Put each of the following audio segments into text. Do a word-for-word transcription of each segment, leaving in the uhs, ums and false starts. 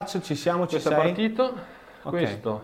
clutch, ci siamo, ci Questo sei? è partito, Ok. questo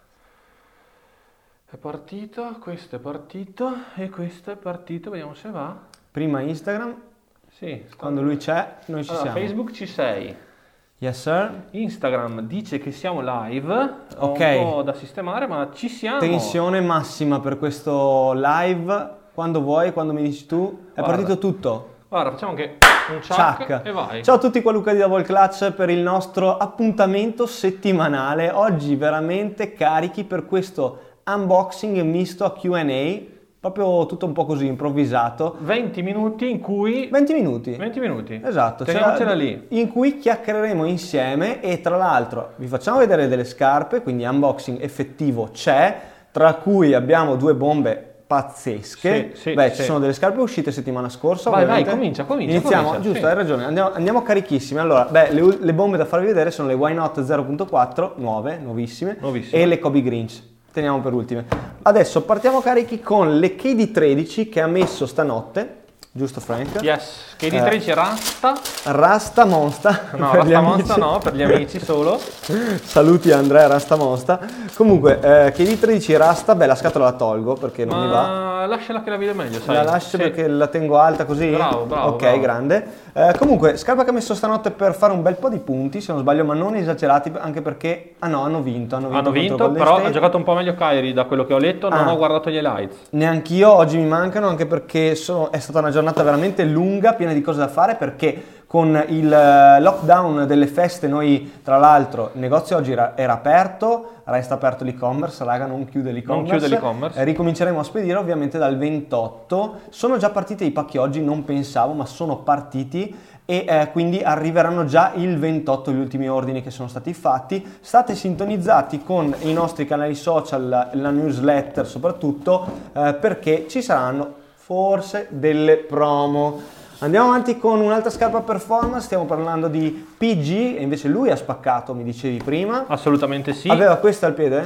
è partito, questo è partito e questo è partito, vediamo se va. Prima Instagram, Sì, sta- quando lui c'è, noi ci Allora, siamo. Facebook ci sei, Yes sir. Instagram dice che siamo live, ho Ok. un po' da sistemare, ma ci siamo. Tensione massima per questo live, quando vuoi, quando mi dici tu, è Guarda. partito tutto. Guarda, facciamo anche un chuck, Ciak. e vai. Ciao a tutti qua, Luca di Double Clutch per il nostro appuntamento settimanale. Oggi veramente carichi per questo unboxing misto a Q and A, proprio tutto un po' così improvvisato. venti minuti in cui... venti minuti. venti minuti. Esatto, Teniamocela cioè, lì. in cui chiacchiereremo insieme e tra l'altro vi facciamo vedere delle scarpe, quindi unboxing effettivo c'è, tra cui abbiamo due bombe pazzesche. Sì, sì, Beh, sì. ci sono delle scarpe uscite settimana scorsa. Vai, ovviamente. vai, comincia, comincia, Iniziamo, comincia, giusto, sì. hai ragione, andiamo, andiamo carichissimi. Allora, beh, le, le bombe da farvi vedere sono le Why Not zero punto quattro, nuove, nuovissime, Nuovissime. e le Kobe Grinch. Teniamo per ultime. Adesso partiamo carichi con le K D tredici che ha messo stanotte, giusto Frank? Yes, che di tredici Rasta. Rasta Monsta. No, per gli Rasta Monza amici. no, per gli amici solo. Saluti Andrea Rasta Monsta. Comunque, eh, K D tredici Rasta, beh, la scatola la tolgo perché non mi va. Ma lasciala che la vede meglio, sai. La lascio Sì. perché la tengo alta così? Bravo, bravo, Ok, bravo. grande. Eh, comunque, scarpa che ha messo stanotte per fare un bel po' di punti, se non sbaglio, ma non esagerati, anche perché... Ah no, hanno vinto. Hanno vinto, Hanno contro vinto, Golden però State. ha giocato un po' meglio Kyrie da quello che ho letto, non Ah. ho guardato gli highlights. Neanch'io, oggi mi mancano, anche perché sono- è stata una giornata veramente lunga, piena di cose da fare, perché con il eh, lockdown delle feste noi, tra l'altro, il negozio oggi era, era aperto, resta aperto l'e-commerce, raga, non chiude l'e-commerce. Non chiude l'e-commerce. Eh, ricominceremo a spedire ovviamente dal ventotto. Sono già partiti i pacchi oggi, non pensavo, ma sono partiti e eh, quindi arriveranno già il ventotto gli ultimi ordini che sono stati fatti. State sintonizzati con i nostri canali social, la newsletter soprattutto, eh, perché ci saranno forse delle promo. Andiamo avanti con un'altra scarpa performance, stiamo parlando di P G e invece lui ha spaccato, mi dicevi prima. Assolutamente sì. Aveva questa al piede?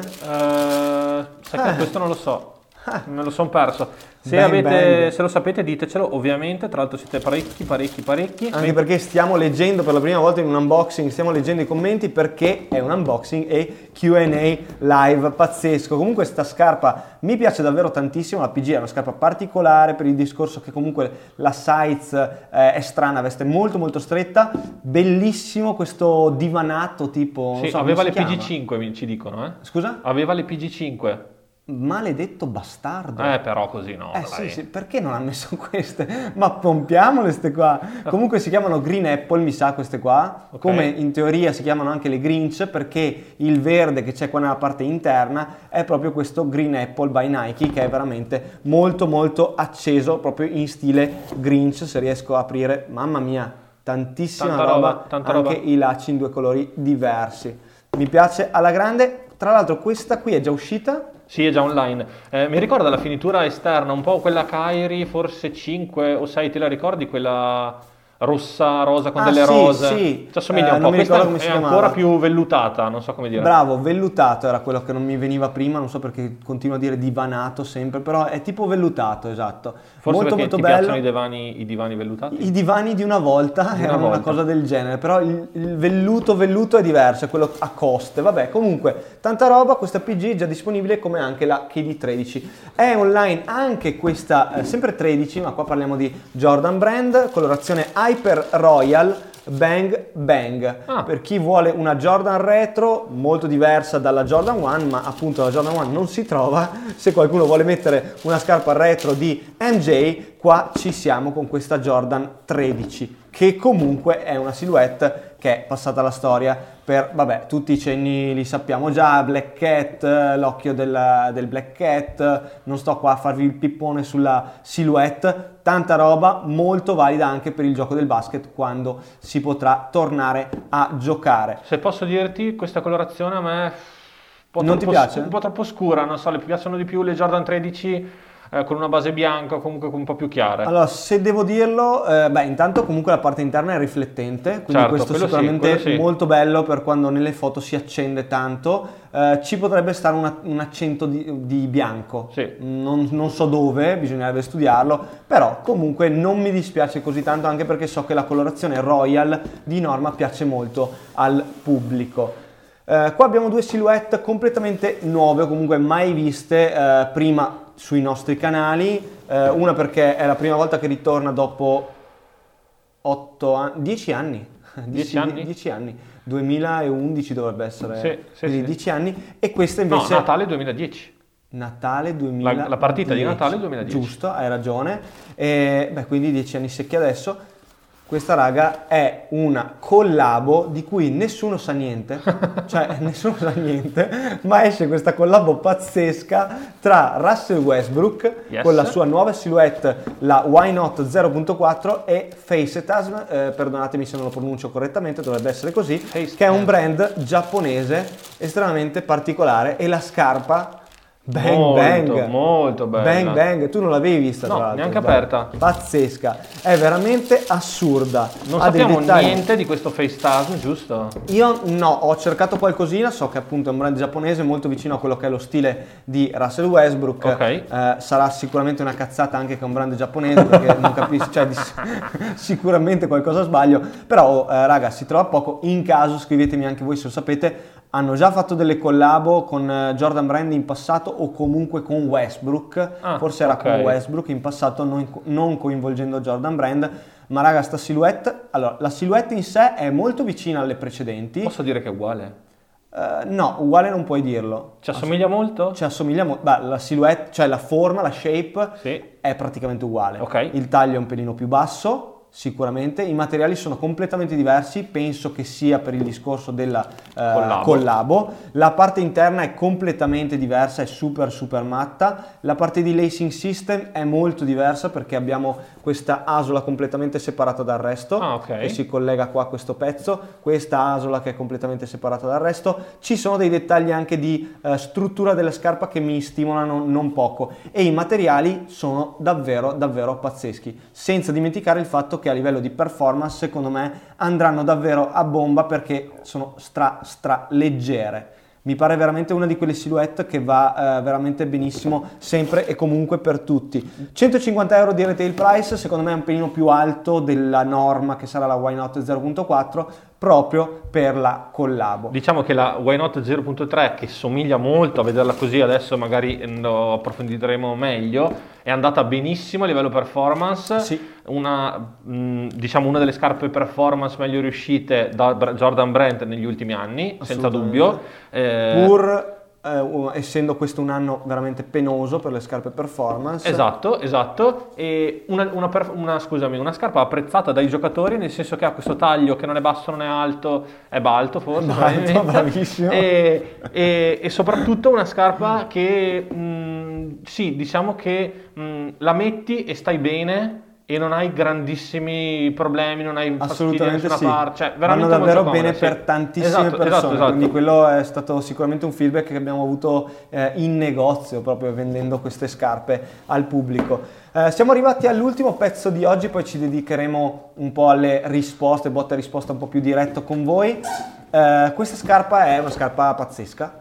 Eh, sai che Ah. questo non lo so. Me lo sono perso. Se, Bang, avete, bang. se lo sapete ditecelo, ovviamente, tra l'altro siete parecchi, parecchi, parecchi. Anche perché stiamo leggendo per la prima volta in un unboxing, stiamo leggendo i commenti perché è un unboxing e Q and A live pazzesco. Comunque sta scarpa mi piace davvero tantissimo, la P G è una scarpa particolare per il discorso che comunque la size eh, è strana, veste molto molto stretta, bellissimo questo divanato tipo... non Sì, so, aveva come le si P G chiama? cinque, mi- ci dicono, eh. Scusa? Aveva le P G cinque. Maledetto bastardo. Eh, però così no, Eh dai. sì, sì, perché non ha messo queste? Ma pompiamole queste qua. Comunque si chiamano Green Apple, mi sa queste qua, Ok. come in teoria si chiamano anche le Grinch, perché il verde che c'è qua nella parte interna è proprio questo Green Apple by Nike, che è veramente molto molto acceso, proprio in stile Grinch. Se riesco a aprire, mamma mia, tantissima Tanta roba, roba, tanta anche roba. i lacci in due colori diversi. Mi piace alla grande. Tra l'altro questa qui è già uscita. Sì, è già online. Eh, mi ricorda la finitura esterna, un po' quella Kyrie, forse cinque o sei, te la ricordi? Quella rossa, rosa con Ah, delle sì, rose. sì. Ci assomiglia Eh, un po'. non mi Questa ricordo come è si chiamava. ancora più vellutata, non so come dire. Bravo, vellutato era quello che non mi veniva prima, non so perché continuo a dire divanato sempre, però è tipo vellutato, esatto. Forse molto perché molto ti bello. piacciono i divani, i divani vellutati? I divani di una volta Di una erano una volta. cosa del genere, però il, il velluto velluto è diverso, è quello a coste. Vabbè, comunque, tanta roba, questa P G è già disponibile come anche la K D tredici. È online anche questa, eh, sempre tredici, ma qua parliamo di Jordan Brand, colorazione Hyper Royal Bang Bang. Ah. Per chi vuole una Jordan retro, molto diversa dalla Jordan uno, ma appunto la Jordan uno non si trova. Se qualcuno vuole mettere una scarpa retro di M J, qua ci siamo con questa Jordan tredici, che comunque è una silhouette che è passata alla storia per, vabbè, tutti i cenni li sappiamo già, Black Cat, l'occhio del, del Black Cat, non sto qua a farvi il pippone sulla silhouette, tanta roba, molto valida anche per il gioco del basket quando si potrà tornare a giocare. Se posso dirti, questa colorazione a me... Un po' Non ti troppo piace? scu- un po' troppo scura, non so, le piacciono di più le Jordan tredici eh, con una base bianca o comunque un po' più chiare? Allora, se devo dirlo, eh, beh, intanto comunque la parte interna è riflettente, quindi Certo, questo quello sì, sicuramente quello sì. è molto bello per quando nelle foto si accende tanto. Eh, ci potrebbe stare una- un accento di, di bianco, Sì. non, non so dove, bisognerebbe studiarlo, però comunque non mi dispiace così tanto, anche perché so che la colorazione Royal di norma piace molto al pubblico. Eh, qua abbiamo due silhouette completamente nuove, o comunque mai viste eh, prima sui nostri canali, eh, una perché è la prima volta che ritorna dopo otto anni, dieci anni, Dieci anni? dieci anni, duemilaundici dovrebbe essere, Sì, sì, quindi sì. dieci anni, e questa No, invece... Natale duemiladieci. Natale duemiladieci. La- la partita di Natale duemiladieci. Giusto, hai ragione. E, beh, quindi dieci anni secchi adesso. Questa raga è una collabo di cui nessuno sa niente, cioè nessuno sa niente, ma esce questa collabo pazzesca tra Russell Westbrook Yes. con la sua nuova silhouette, la Why Not zero punto quattro, e Facetasm, eh, perdonatemi se non lo pronuncio correttamente, dovrebbe essere così, Face- che è un brand giapponese estremamente particolare, e la scarpa bang Molto, bang, molto bella. bang bang, tu non l'avevi vista No, tra l'altro? neanche Beh, aperta. pazzesca, è veramente assurda. Non Ha dei sappiamo dettagli- niente di questo FaceTime, giusto? Io no, ho cercato qualcosina, so che appunto è un brand giapponese molto vicino a quello che è lo stile di Russell Westbrook. Ok. Eh, sarà sicuramente una cazzata anche che è un brand giapponese, perché non capisco, cioè di- sicuramente qualcosa sbaglio, però eh, raga, si trova poco. In caso scrivetemi anche voi se lo sapete. Hanno già fatto delle collabo con eh, Jordan Brand in passato, o comunque con Westbrook, Ah, forse era ok. con Westbrook in passato, non, non coinvolgendo Jordan Brand. Ma raga, sta silhouette, allora la silhouette in sé è molto vicina alle precedenti. Posso dire che è uguale? Eh, no, uguale non puoi dirlo. Ci assomiglia molto? Ci assomiglia molto. Beh, la silhouette, cioè la forma, la shape Sì. è praticamente uguale. Ok. Il taglio è un pelino più basso, sicuramente. I materiali sono completamente diversi, penso che sia per il discorso della eh, Collabo. collabo. La parte interna è completamente diversa, è super super matta. La parte di lacing system è molto diversa, perché abbiamo questa asola completamente separata dal resto, Ah, ok. che si collega qua a questo pezzo, questa asola che è completamente separata dal resto. Ci sono dei dettagli anche di eh, struttura della scarpa che mi stimolano non poco, e i materiali sono davvero davvero pazzeschi, senza dimenticare il fatto che a livello di performance secondo me andranno davvero a bomba, perché sono stra stra leggere. Mi pare veramente una di quelle silhouette che va eh, veramente benissimo sempre e comunque per tutti. centocinquanta euro di retail price, secondo me è un pelino più alto della norma che sarà la Why Not zero punto quattro, proprio per la collabo. Diciamo che la Why Not zero punto tre, che somiglia molto, a vederla così adesso magari lo approfondiremo meglio, è andata benissimo a livello performance. Sì. Una, mh, diciamo una delle scarpe performance meglio riuscite da Br- Jordan Brand negli ultimi anni, senza Assolutamente. dubbio. Eh, Pur eh, u- essendo questo un anno veramente penoso per le scarpe performance. Esatto, esatto. E una, una, per- una, scusami, una scarpa apprezzata dai giocatori, nel senso che ha questo taglio che non è basso, non è alto, è balto forse. Balto, probabilmente. bravissimo. E, e- e soprattutto una scarpa che, mh, sì, diciamo che mh, la metti e stai bene e non hai grandissimi problemi, non hai fastidi da Assolutamente nessuna sì, parte. Cioè, vanno veramente davvero molto bene comode, per sì. tantissime Esatto, persone, esatto, esatto. quindi quello è stato sicuramente un feedback che abbiamo avuto eh, in negozio, proprio vendendo queste scarpe al pubblico. Eh, siamo arrivati all'ultimo pezzo di oggi, poi ci dedicheremo un po' alle risposte, botta e risposta un po' più diretto con voi. Eh, questa scarpa è una scarpa pazzesca,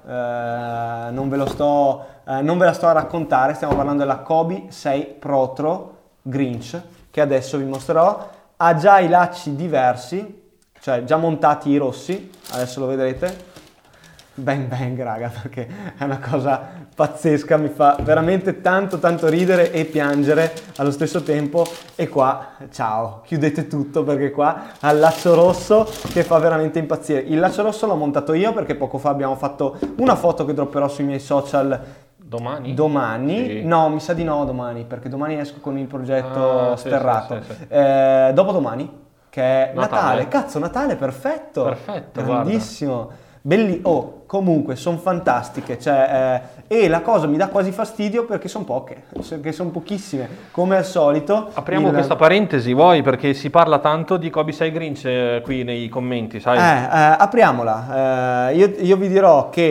eh, non ve lo sto, eh, non ve la sto a raccontare, stiamo parlando della Kobe sei Protro Grinch, che adesso vi mostrerò. Ha già i lacci diversi, cioè già montati i rossi, adesso lo vedrete. Bang bang raga, perché è una cosa pazzesca, mi fa veramente tanto tanto ridere e piangere allo stesso tempo. E qua, ciao, chiudete tutto, perché qua ha il laccio rosso che fa veramente impazzire. Il laccio rosso l'ho montato io, perché poco fa abbiamo fatto una foto che dropperò sui miei social Domani? domani. Sì. No, mi sa di no domani, perché domani esco con il progetto Ah, sì, sterrato. sì, sì, sì. Eh, dopodomani, che è Natale. Natale. Cazzo, Natale, perfetto. Perfetto, grandissimo. Belli, oh, comunque sono fantastiche, cioè, eh, e la cosa mi dà quasi fastidio perché sono poche, perché sono pochissime, come al solito. Apriamo il- questa parentesi, vuoi? Perché si parla tanto di Kobe sei Grinch eh, qui nei commenti, sai? Eh, eh, apriamola. Eh, io, io vi dirò che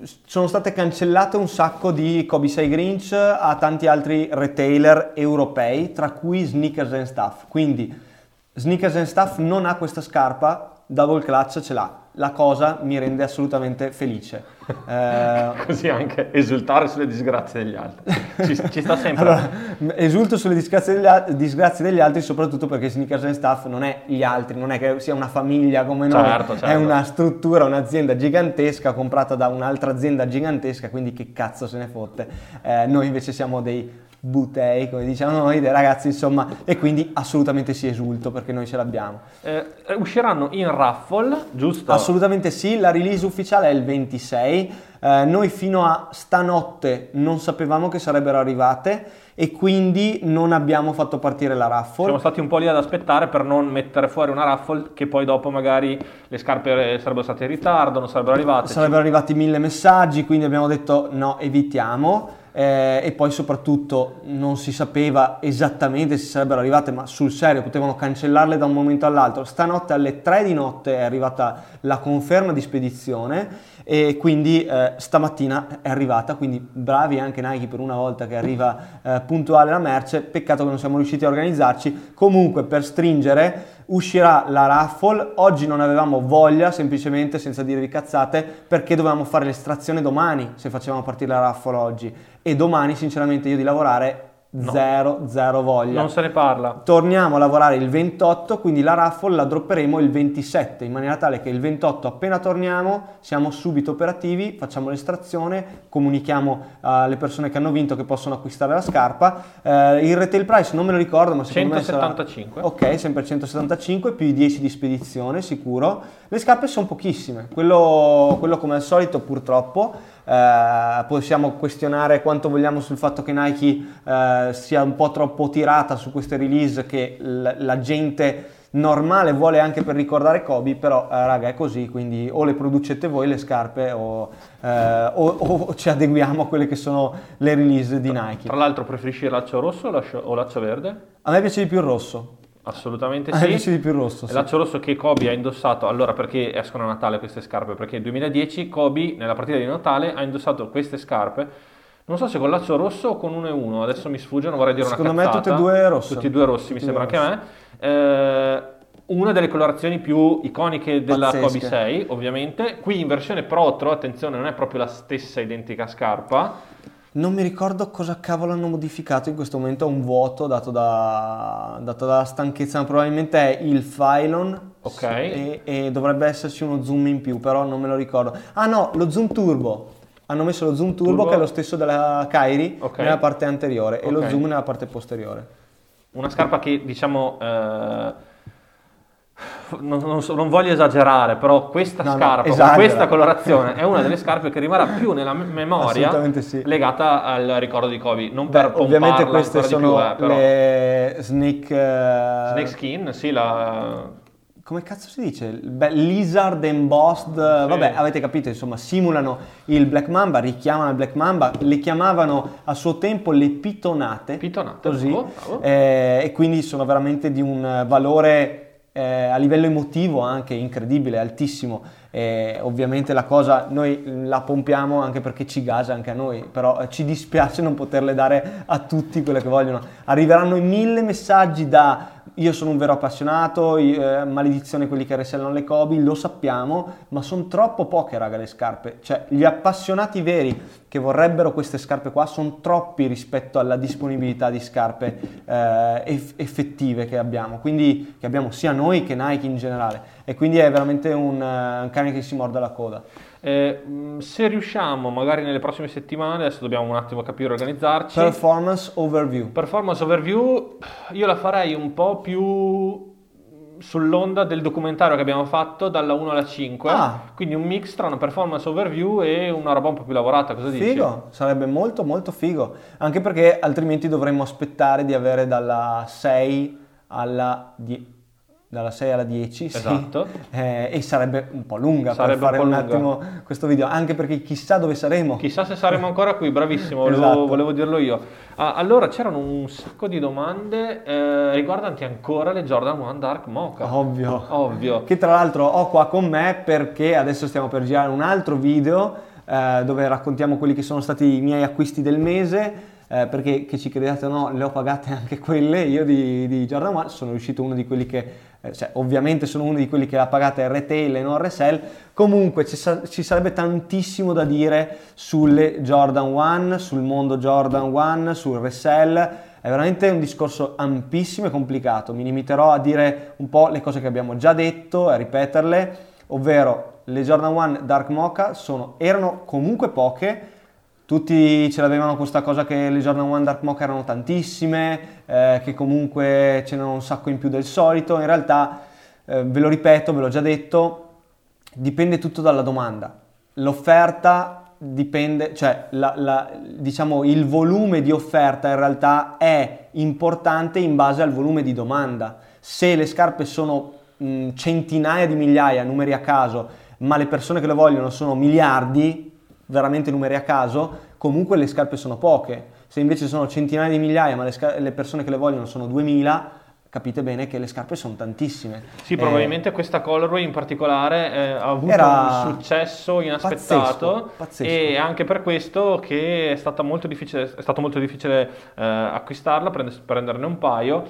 sono state cancellate un sacco di Kobe sei Grinch a tanti altri retailer europei, tra cui Sneakers and Stuff. Quindi Sneakers and Stuff non ha questa scarpa, Double Clutch ce l'ha. La cosa mi rende assolutamente felice. Eh... Così anche esultare sulle disgrazie degli altri. Ci, ci sta sempre. Allora, esulto sulle disgrazie degli, altri, disgrazie degli altri, soprattutto perché Sneakers and Stuff non è gli altri, non è che sia una famiglia come noi, certo, certo. È una struttura, un'azienda gigantesca comprata da un'altra azienda gigantesca, quindi che cazzo se ne fotte. Eh, noi invece siamo dei butei, come diciamo noi, dei ragazzi, insomma, e quindi assolutamente sì, esulto perché noi ce l'abbiamo. Eh, usciranno in raffle, giusto? Assolutamente sì, la release ufficiale è il ventisei, eh, noi fino a stanotte non sapevamo che sarebbero arrivate e quindi non abbiamo fatto partire la raffle. Siamo stati un po' lì ad aspettare per non mettere fuori una raffle che poi dopo magari le scarpe sarebbero state in ritardo, non sarebbero arrivate. Sarebbero arrivati mille messaggi, quindi abbiamo detto no, evitiamo. Eh, e poi soprattutto non si sapeva esattamente se sarebbero arrivate, ma sul serio potevano cancellarle da un momento all'altro. Stanotte alle tre di notte è arrivata la conferma di spedizione e quindi eh, stamattina è arrivata, quindi bravi anche Nike per una volta che arriva eh, puntuale la merce. Peccato che non siamo riusciti a organizzarci. Comunque, per stringere, uscirà la raffle. Oggi non avevamo voglia, semplicemente, senza dirvi cazzate, perché dovevamo fare l'estrazione domani se facevamo partire la raffle oggi, e domani sinceramente io di lavorare no. zero, zero voglia. Non se ne parla. Torniamo a lavorare il ventotto, quindi la raffle la dropperemo il ventisette, in maniera tale che il ventotto appena torniamo siamo subito operativi, facciamo l'estrazione, comunichiamo alle persone che hanno vinto che possono acquistare la scarpa. Eh, il retail price non me lo ricordo, ma secondo centosettantacinque. me sarà... ok, sempre centosettantacinque più i dieci di spedizione sicuro. Le scarpe sono pochissime, quello, quello come al solito purtroppo. Eh, possiamo questionare quanto vogliamo sul fatto che Nike eh, sia un po' troppo tirata su queste release che l- la gente normale vuole anche per ricordare Kobe, però eh, raga è così, quindi o le producete voi le scarpe o, eh, o, o ci adeguiamo a quelle che sono le release di Nike. Tra l'altro preferisci il laccio rosso o laccio, o laccio verde? A me piace di più il rosso. Assolutamente sì. sì. Piace di più il rosso. Il sì. laccio rosso che Kobe ha indossato, allora perché escono a Natale queste scarpe? Perché nel duemiladieci Kobe nella partita di Natale ha indossato queste scarpe, non so se con laccio rosso o con uno e uno, adesso mi sfugge, non vorrei dire Secondo una cazzata. Secondo me tutti e due rossi. Tutti e due rossi, tutti mi sembra anche a me. Eh, una delle colorazioni più iconiche della Pazzesche. Kobe sei, ovviamente. Qui in versione Protro, attenzione, non è proprio la stessa identica scarpa. Non mi ricordo cosa cavolo hanno modificato in questo momento, ho un vuoto dato, da, dato dalla stanchezza, probabilmente è il Phylon, ok, e, e dovrebbe esserci uno zoom in più, però non me lo ricordo. Ah no, lo zoom turbo, hanno messo lo zoom turbo, turbo. che è lo stesso della Kyrie, okay. nella parte anteriore, okay. e lo zoom nella parte posteriore. Una scarpa che diciamo... Eh... Non, non, so, non voglio esagerare, però questa no, scarpa no, con questa colorazione è una delle scarpe che rimarrà più nella memoria sì. legata al ricordo di Kobe. Non Beh, per ovviamente queste sono più, eh, però. le Snake uh... Snake Skin, sì, la... come cazzo si dice? Beh, Lizard Embossed, sì. Vabbè, avete capito, insomma, simulano il Black Mamba, richiamano il Black Mamba, le chiamavano a suo tempo le pitonate, pitonate così, bravo, bravo. Eh, e quindi sono veramente di un valore eh, a livello emotivo anche incredibile, altissimo. Eh, ovviamente la cosa noi la pompiamo anche perché ci gasa anche a noi, però eh, ci dispiace non poterle dare a tutti quelle che vogliono. Arriveranno i mille messaggi da io sono un vero appassionato, eh, maledizione quelli che resellano le Kobe, lo sappiamo, ma sono troppo poche raga le scarpe, cioè gli appassionati veri che vorrebbero queste scarpe qua sono troppi rispetto alla disponibilità di scarpe eh, eff- effettive che abbiamo, quindi che abbiamo sia noi che Nike in generale, e quindi è veramente un, uh, un cane che si morde la coda. Eh, se riusciamo magari nelle prossime settimane, adesso dobbiamo un attimo capire, organizzarci. Performance overview. Performance overview, io la farei un po' più sull'onda del documentario che abbiamo fatto dalla uno alla cinque, ah. quindi un mix tra una performance overview e una roba un po' più lavorata, cosa dici? Figo, sarebbe molto molto figo, anche perché altrimenti dovremmo aspettare di avere dalla sei alla dieci. Dalla sei alla dieci, esatto. Sì, eh, e sarebbe un po' lunga sarebbe per fare un, un attimo questo video, anche perché chissà dove saremo. Chissà se saremo ancora qui, bravissimo, volevo, esatto. volevo dirlo io. Ah, allora c'erano un sacco di domande eh, riguardanti ancora le Jordan uno Dark Mocha. Ovvio. Ovvio. Che tra l'altro ho qua con me perché adesso stiamo per girare un altro video eh, dove raccontiamo quelli che sono stati i miei acquisti del mese. Eh, perché che ci crediate o no, le ho pagate anche quelle. Io di, di Jordan uno sono riuscito uno di quelli che, eh, cioè ovviamente sono uno di quelli che ha pagate retail e non resell. Comunque ci, sa- ci sarebbe tantissimo da dire sulle Jordan uno, sul mondo Jordan uno, sul resell. È veramente un discorso ampissimo e complicato. Mi limiterò a dire un po' le cose che abbiamo già detto e a ripeterle, ovvero le Jordan uno Dark Mocha sono, erano comunque poche. Tutti ce l'avevano questa cosa che le Jordan uno Dark Mocha erano tantissime, eh, che comunque ce n'erano un sacco in più del solito. In realtà, eh, ve lo ripeto, ve l'ho già detto, dipende tutto dalla domanda. L'offerta dipende, cioè la, la, diciamo il volume di offerta in realtà è importante in base al volume di domanda. Se le scarpe sono mh, centinaia di migliaia, numeri a caso, ma le persone che le vogliono sono miliardi, veramente numeri a caso, comunque le scarpe sono poche. Se invece sono centinaia di migliaia ma le, scar- le persone che le vogliono sono duemila, capite bene che le scarpe sono tantissime. Sì, probabilmente eh, questa colorway in particolare eh, ha avuto era un successo inaspettato, pazzesco, pazzesco. E anche per questo che è stata molto difficile, è stato molto difficile eh, acquistarla, prend- prenderne un paio.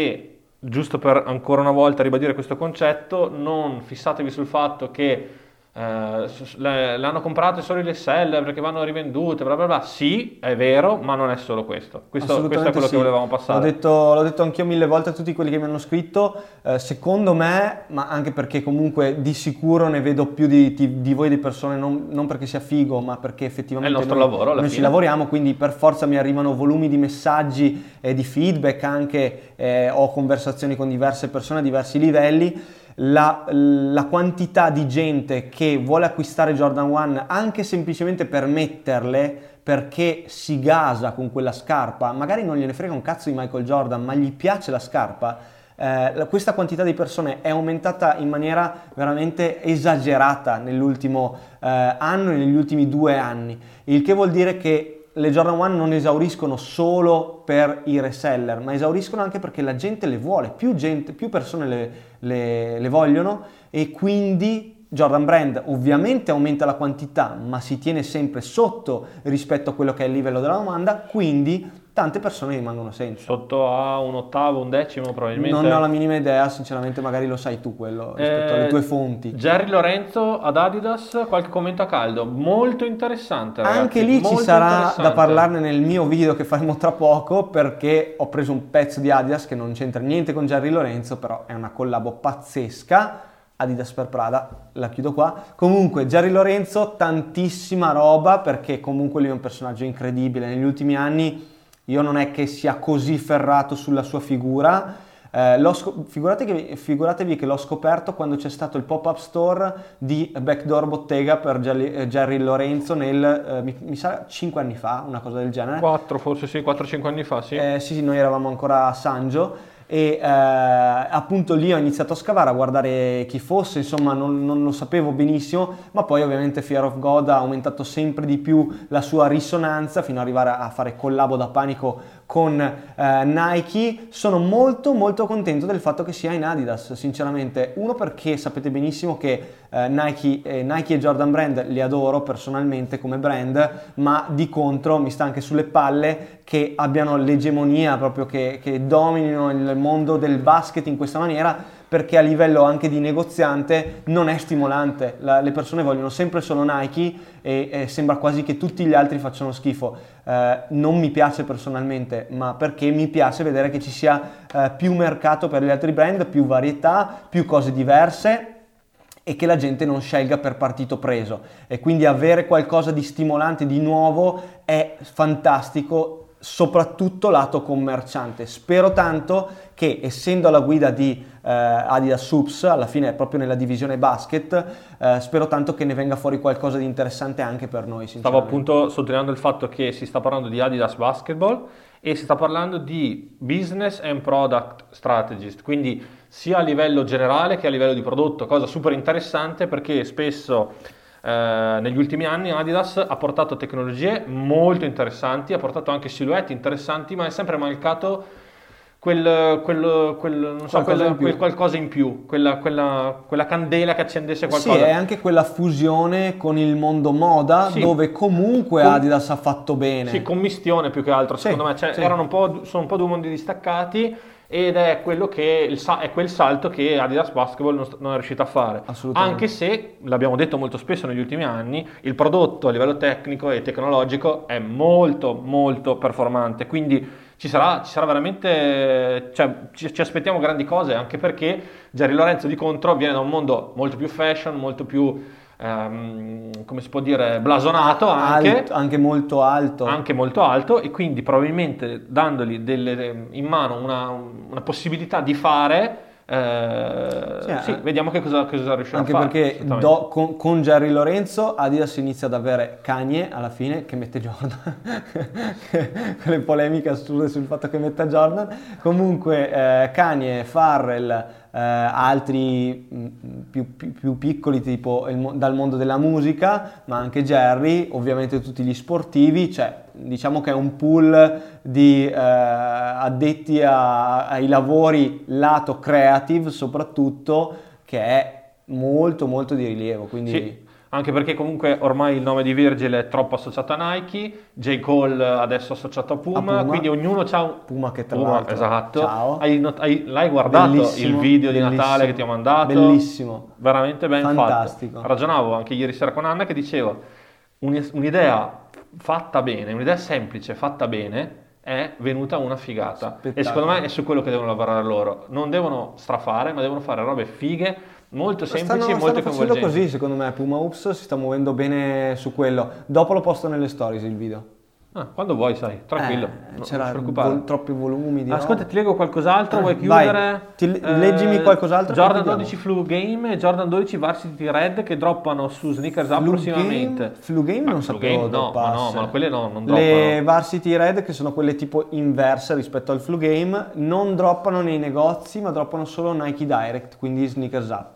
E giusto per ancora una volta ribadire questo concetto, non fissatevi sul fatto che Uh, le, le hanno comprate solo i reseller perché vanno rivendute, bla bla bla. Sì, è vero, ma non è solo questo. Questo, questo è quello sì. che volevamo passare. L'ho detto, l'ho detto anch'io mille volte a tutti quelli che mi hanno scritto. Eh, secondo me, ma anche perché comunque di sicuro ne vedo più di, di, di voi di persone, non, non perché sia figo, ma perché effettivamente è il nostro noi, lavoro, alla noi fine. ci lavoriamo, quindi per forza mi arrivano volumi di messaggi e di feedback anche, eh, ho conversazioni con diverse persone a diversi livelli. La, la quantità di gente che vuole acquistare Jordan uno anche semplicemente per metterle perché si gasa con quella scarpa, magari non gliene frega un cazzo di Michael Jordan, ma gli piace la scarpa, eh, questa quantità di persone è aumentata in maniera veramente esagerata nell'ultimo eh, anno e negli ultimi due anni, il che vuol dire che le Jordan uno non esauriscono solo per i reseller, ma esauriscono anche perché la gente le vuole, più, gente, più persone le, le, le vogliono, e quindi Jordan Brand ovviamente aumenta la quantità, ma si tiene sempre sotto rispetto a quello che è il livello della domanda, quindi tante persone rimangono senza. Sotto a un ottavo, un decimo probabilmente. Non ho la minima idea, sinceramente magari lo sai tu quello rispetto eh, alle tue fonti. Jerry Lorenzo ad Adidas, qualche commento a caldo, molto interessante ragazzi. Anche lì ci sarà da parlarne nel mio video che faremo tra poco, perché ho preso un pezzo di Adidas che non c'entra niente con Jerry Lorenzo, però è una collabo pazzesca. Adidas per Prada, la chiudo qua. Comunque Jerry Lorenzo, tantissima roba, perché comunque lui è un personaggio incredibile. Negli ultimi anni io non è che sia così ferrato sulla sua figura, eh, l'ho scop- figuratevi, figuratevi che l'ho scoperto quando c'è stato il pop-up store di Backdoor Bottega per Jerry, eh, Jerry Lorenzo nel, eh, mi, mi sa, cinque anni fa, una cosa del genere. quattro forse sì, quattro cinque anni fa, sì. Eh, sì, sì, noi eravamo ancora a Sangio. E eh, appunto lì ho iniziato a scavare, a guardare chi fosse, insomma non, non lo sapevo benissimo, ma poi ovviamente Fear of God ha aumentato sempre di più la sua risonanza fino ad arrivare a fare collabo da panico con eh, Nike. Sono molto molto contento del fatto che sia in Adidas, sinceramente. Uno, perché sapete benissimo che eh, Nike, eh, Nike e Jordan Brand li adoro personalmente come brand, ma di contro mi sta anche sulle palle che abbiano l'egemonia, proprio che, che dominino il mondo del basket in questa maniera, perché a livello anche di negoziante non è stimolante. La, le persone vogliono sempre solo Nike e, e sembra quasi che tutti gli altri facciano schifo. Eh, non mi piace personalmente, ma perché mi piace vedere che ci sia eh, più mercato per gli altri brand, più varietà, più cose diverse, e che la gente non scelga per partito preso. E quindi avere qualcosa di stimolante, di nuovo, è fantastico, soprattutto lato commerciante. Spero tanto che, essendo alla guida di eh, Adidas Subs, alla fine è proprio nella divisione basket, eh, spero tanto che ne venga fuori qualcosa di interessante anche per noi. Stavo appunto sottolineando il fatto che si sta parlando di Adidas Basketball e si sta parlando di business and product strategist, quindi sia a livello generale che a livello di prodotto, cosa super interessante, perché spesso Eh, negli ultimi anni Adidas ha portato tecnologie molto interessanti, ha portato anche silhouette interessanti, ma è sempre mancato quel, quel, quel, non so, quel, quel qualcosa in più, quella, quella, quella candela che accendesse qualcosa. Sì, è anche quella fusione con il mondo moda, sì, dove comunque con, Adidas ha fatto bene. Sì, commistione più che altro, sì, secondo me, cioè, sì. erano un po', sono un po' due mondi distaccati, ed è quello che il, è quel salto che Adidas Basketball non, non è riuscito a fare, anche se l'abbiamo detto molto spesso negli ultimi anni, il prodotto a livello tecnico e tecnologico è molto molto performante, quindi ci sarà, ci sarà veramente, cioè ci, ci aspettiamo grandi cose, anche perché Jerry Lorenzo di contro viene da un mondo molto più fashion, molto più Um, come si può dire, blasonato, anche, Alt, anche molto alto anche molto alto, e quindi probabilmente dandogli delle, in mano una, una possibilità di fare, eh, sì, sì, vediamo che cosa, cosa riuscirà a fare. Anche perché do, con, con Jerry Lorenzo Adidas inizia ad avere Kanye alla fine che mette Jordan con le polemiche assurde sul fatto che metta Jordan. Comunque eh, Kanye, Farrell, Uh, altri mh, più, più, più piccoli tipo il, dal mondo della musica, ma anche Jerry, ovviamente tutti gli sportivi, cioè diciamo che è un pool di uh, addetti a, ai lavori lato creative soprattutto, che è molto molto di rilievo, quindi... Sì. Anche perché comunque ormai il nome di Virgil è troppo associato a Nike, J. Cole adesso associato a Puma, a Puma. Quindi ognuno c'ha un... Puma che tra Puma, l'altro... Esatto. Ciao. Hai not... hai... L'hai guardato bellissimo, il video di Natale che ti ho mandato? Bellissimo. Veramente ben fantastico. Fatto. Ragionavo anche ieri sera con Anna che diceva un'idea fatta bene, un'idea semplice fatta bene è venuta una figata. Spettacolo. E secondo me è su quello che devono lavorare loro. Non devono strafare, ma devono fare robe fighe, molto semplici stanno, e molto stanno coinvolgenti. Così secondo me Puma Oops si sta muovendo bene su quello. Dopo lo posto nelle stories il video. Ah, quando vuoi, sai, tranquillo, eh, non c'era ti preoccupare. Vol- troppi volumi di Ascolta, roba. ti leggo qualcos'altro, vuoi chiudere? Vai, ti, eh, leggimi qualcos'altro. Jordan dodici Flu Game e Jordan dodici Varsity Red che droppano su Sneakers Up prossimamente. Flu Game non sapevo Game, no, ma no, ma quelle no, non droppano. Le Varsity Red, che sono quelle tipo inverse rispetto al Flu Game, non droppano nei negozi, ma droppano solo Nike Direct, quindi Sneakers Up.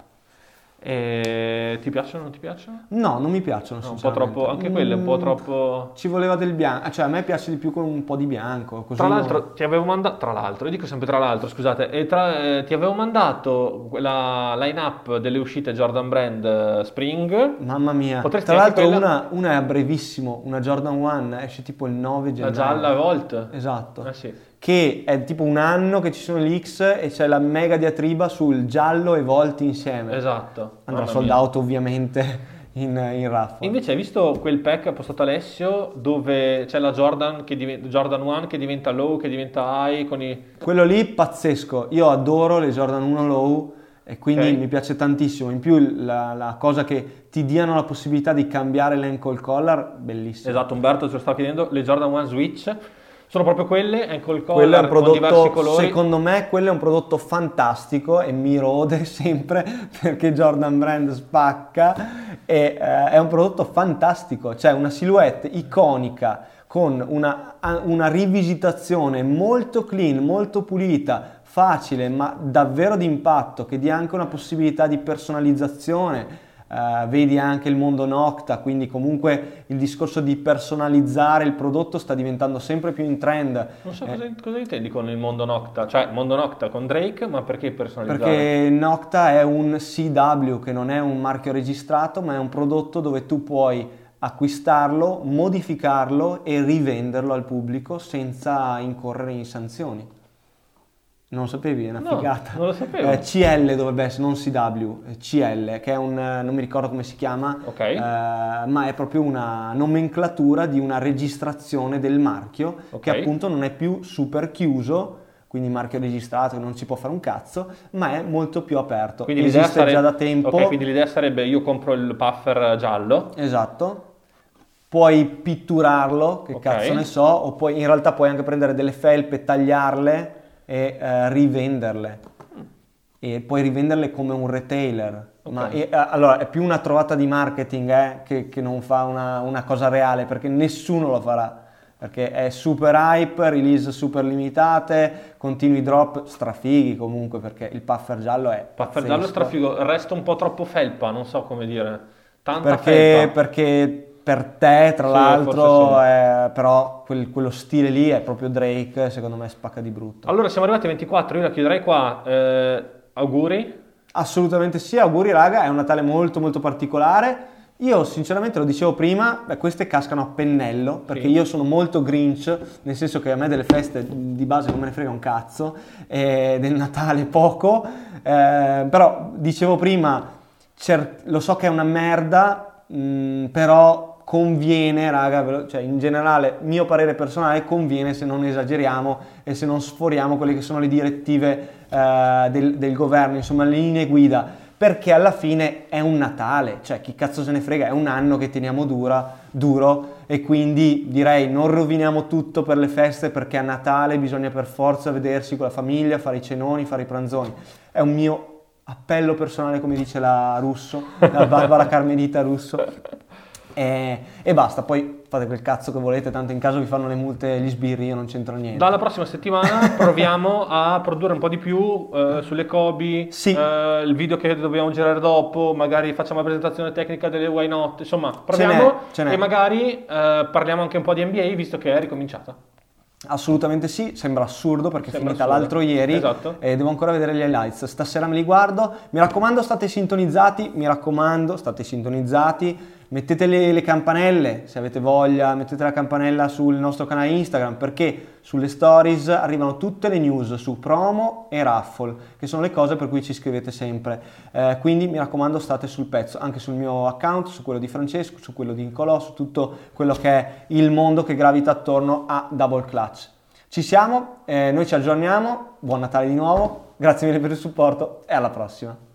E ti piacciono o non ti piacciono? No, non mi piacciono, no, un po' troppo, anche quelle un po' troppo... Ci voleva del bianco, cioè a me piace di più con un po' di bianco. Così tra l'altro non... ti avevo mandato, tra l'altro, io dico sempre tra l'altro, scusate, e tra, eh, ti avevo mandato la line-up delle uscite Jordan Brand Spring. Mamma mia, potresti tra l'altro quella... una, una è a brevissimo, una Jordan One esce tipo il nove gennaio. La gialla Volt? Esatto. Eh sì. Che è tipo un anno che ci sono gli X e c'è la mega diatriba sul giallo e Volti insieme. Esatto. Andrà sold out ovviamente in, in raffle. Invece hai visto quel pack postato Alessio dove c'è la Jordan, che diventa, Jordan uno che diventa low, che diventa high con i... Quello lì pazzesco, io adoro le Jordan uno low e quindi okay. mi piace tantissimo. In più la, la cosa che ti diano la possibilità di cambiare l'ankle collar, bellissimo. Esatto, Umberto ce lo stava chiedendo, le Jordan uno Switch. Sono proprio quelle, ankle collar quello è un prodotto, con diversi colori. Secondo me quello è un prodotto fantastico e mi rode sempre perché Jordan Brand spacca e eh, è un prodotto fantastico, cioè una silhouette iconica con una, una rivisitazione molto clean, molto pulita, facile ma davvero d'impatto, che dia anche una possibilità di personalizzazione. Uh, vedi anche il mondo Nocta, quindi comunque il discorso di personalizzare il prodotto sta diventando sempre più in trend. Non so eh, cosa, cosa intendi con il mondo Nocta, cioè mondo Nocta con Drake, ma perché personalizzare? Perché Nocta è un C W che non è un marchio registrato, ma è un prodotto dove tu puoi acquistarlo, modificarlo e rivenderlo al pubblico senza incorrere in sanzioni. Non lo sapevi? È una no, figata. Non lo sapevo. Eh, C L dovrebbe essere, non C W, C L, che è un, non mi ricordo come si chiama, okay. eh, ma è proprio una nomenclatura di una registrazione del marchio, okay. che appunto non è più super chiuso, quindi marchio registrato, che non si può fare un cazzo, ma è molto più aperto. Quindi esiste sarebbe, già da tempo. Ok, quindi l'idea sarebbe io compro il puffer giallo. Esatto. Puoi pitturarlo, che okay. cazzo ne so, o poi in realtà puoi anche prendere delle felpe, tagliarle e uh, rivenderle e puoi rivenderle come un retailer. Okay. Ma e, uh, allora è più una trovata di marketing eh, che, che non fa una, una cosa reale, perché nessuno lo farà, perché è super hype, release super limitate, continui drop strafighi comunque, perché il puffer giallo è puffer pazzesco. Giallo è strafigo, resta un po' troppo felpa, non so come dire, tanta perché, felpa perché per te, tra Sì, l'altro, forse sì. eh, però quel- quello stile lì è proprio Drake, secondo me spacca di brutto. Allora siamo arrivati a ventiquattro, io la chiuderei qua. Eh, auguri. Assolutamente sì, auguri raga, è un Natale molto molto particolare. Io sinceramente lo dicevo prima, beh, queste cascano a pennello, perché Sì. io sono molto Grinch, nel senso che a me delle feste di base non me ne frega un cazzo, e del Natale poco, eh, però dicevo prima, cer- lo so che è una merda, mh, però conviene, raga, ve lo- cioè in generale, mio parere personale, conviene se non esageriamo e se non sforiamo quelle che sono le direttive eh, del, del governo, insomma le linee guida, perché alla fine è un Natale, cioè chi cazzo se ne frega, è un anno che teniamo dura, duro e quindi direi non roviniamo tutto per le feste perché a Natale bisogna per forza vedersi con la famiglia, fare i cenoni, fare i pranzoni. È un mio appello personale, come dice la Russo, la Barbara Carmelita Russo. E, e basta, poi fate quel cazzo che volete, tanto in caso vi fanno le multe gli sbirri, io non c'entro niente. Dalla prossima settimana proviamo a produrre un po' di più eh, sulle Kobe, Sì. eh, il video che dobbiamo girare dopo, magari facciamo la presentazione tecnica delle Why Not, insomma proviamo Ce n'è, ce n'è. e magari eh, parliamo anche un po' di N B A visto che è ricominciata. Assolutamente sì, sembra assurdo perché è Sembra finita assurdo. l'altro ieri Esatto. e devo ancora vedere gli highlights. Stasera me li guardo. Mi raccomando, state sintonizzati. Mi raccomando, state sintonizzati. Mettete le, le campanelle se avete voglia. Mettete la campanella sul nostro canale Instagram perché sulle stories arrivano tutte le news su promo e raffle, che sono le cose per cui ci scrivete sempre. Eh, quindi mi raccomando, state sul pezzo anche sul mio account, su quello di Francesco, su quello di Nicolò, su tutto quello che è il mondo che gravita attorno a Double Clutch. Ci siamo, eh, noi ci aggiorniamo, buon Natale di nuovo, grazie mille per il supporto e alla prossima.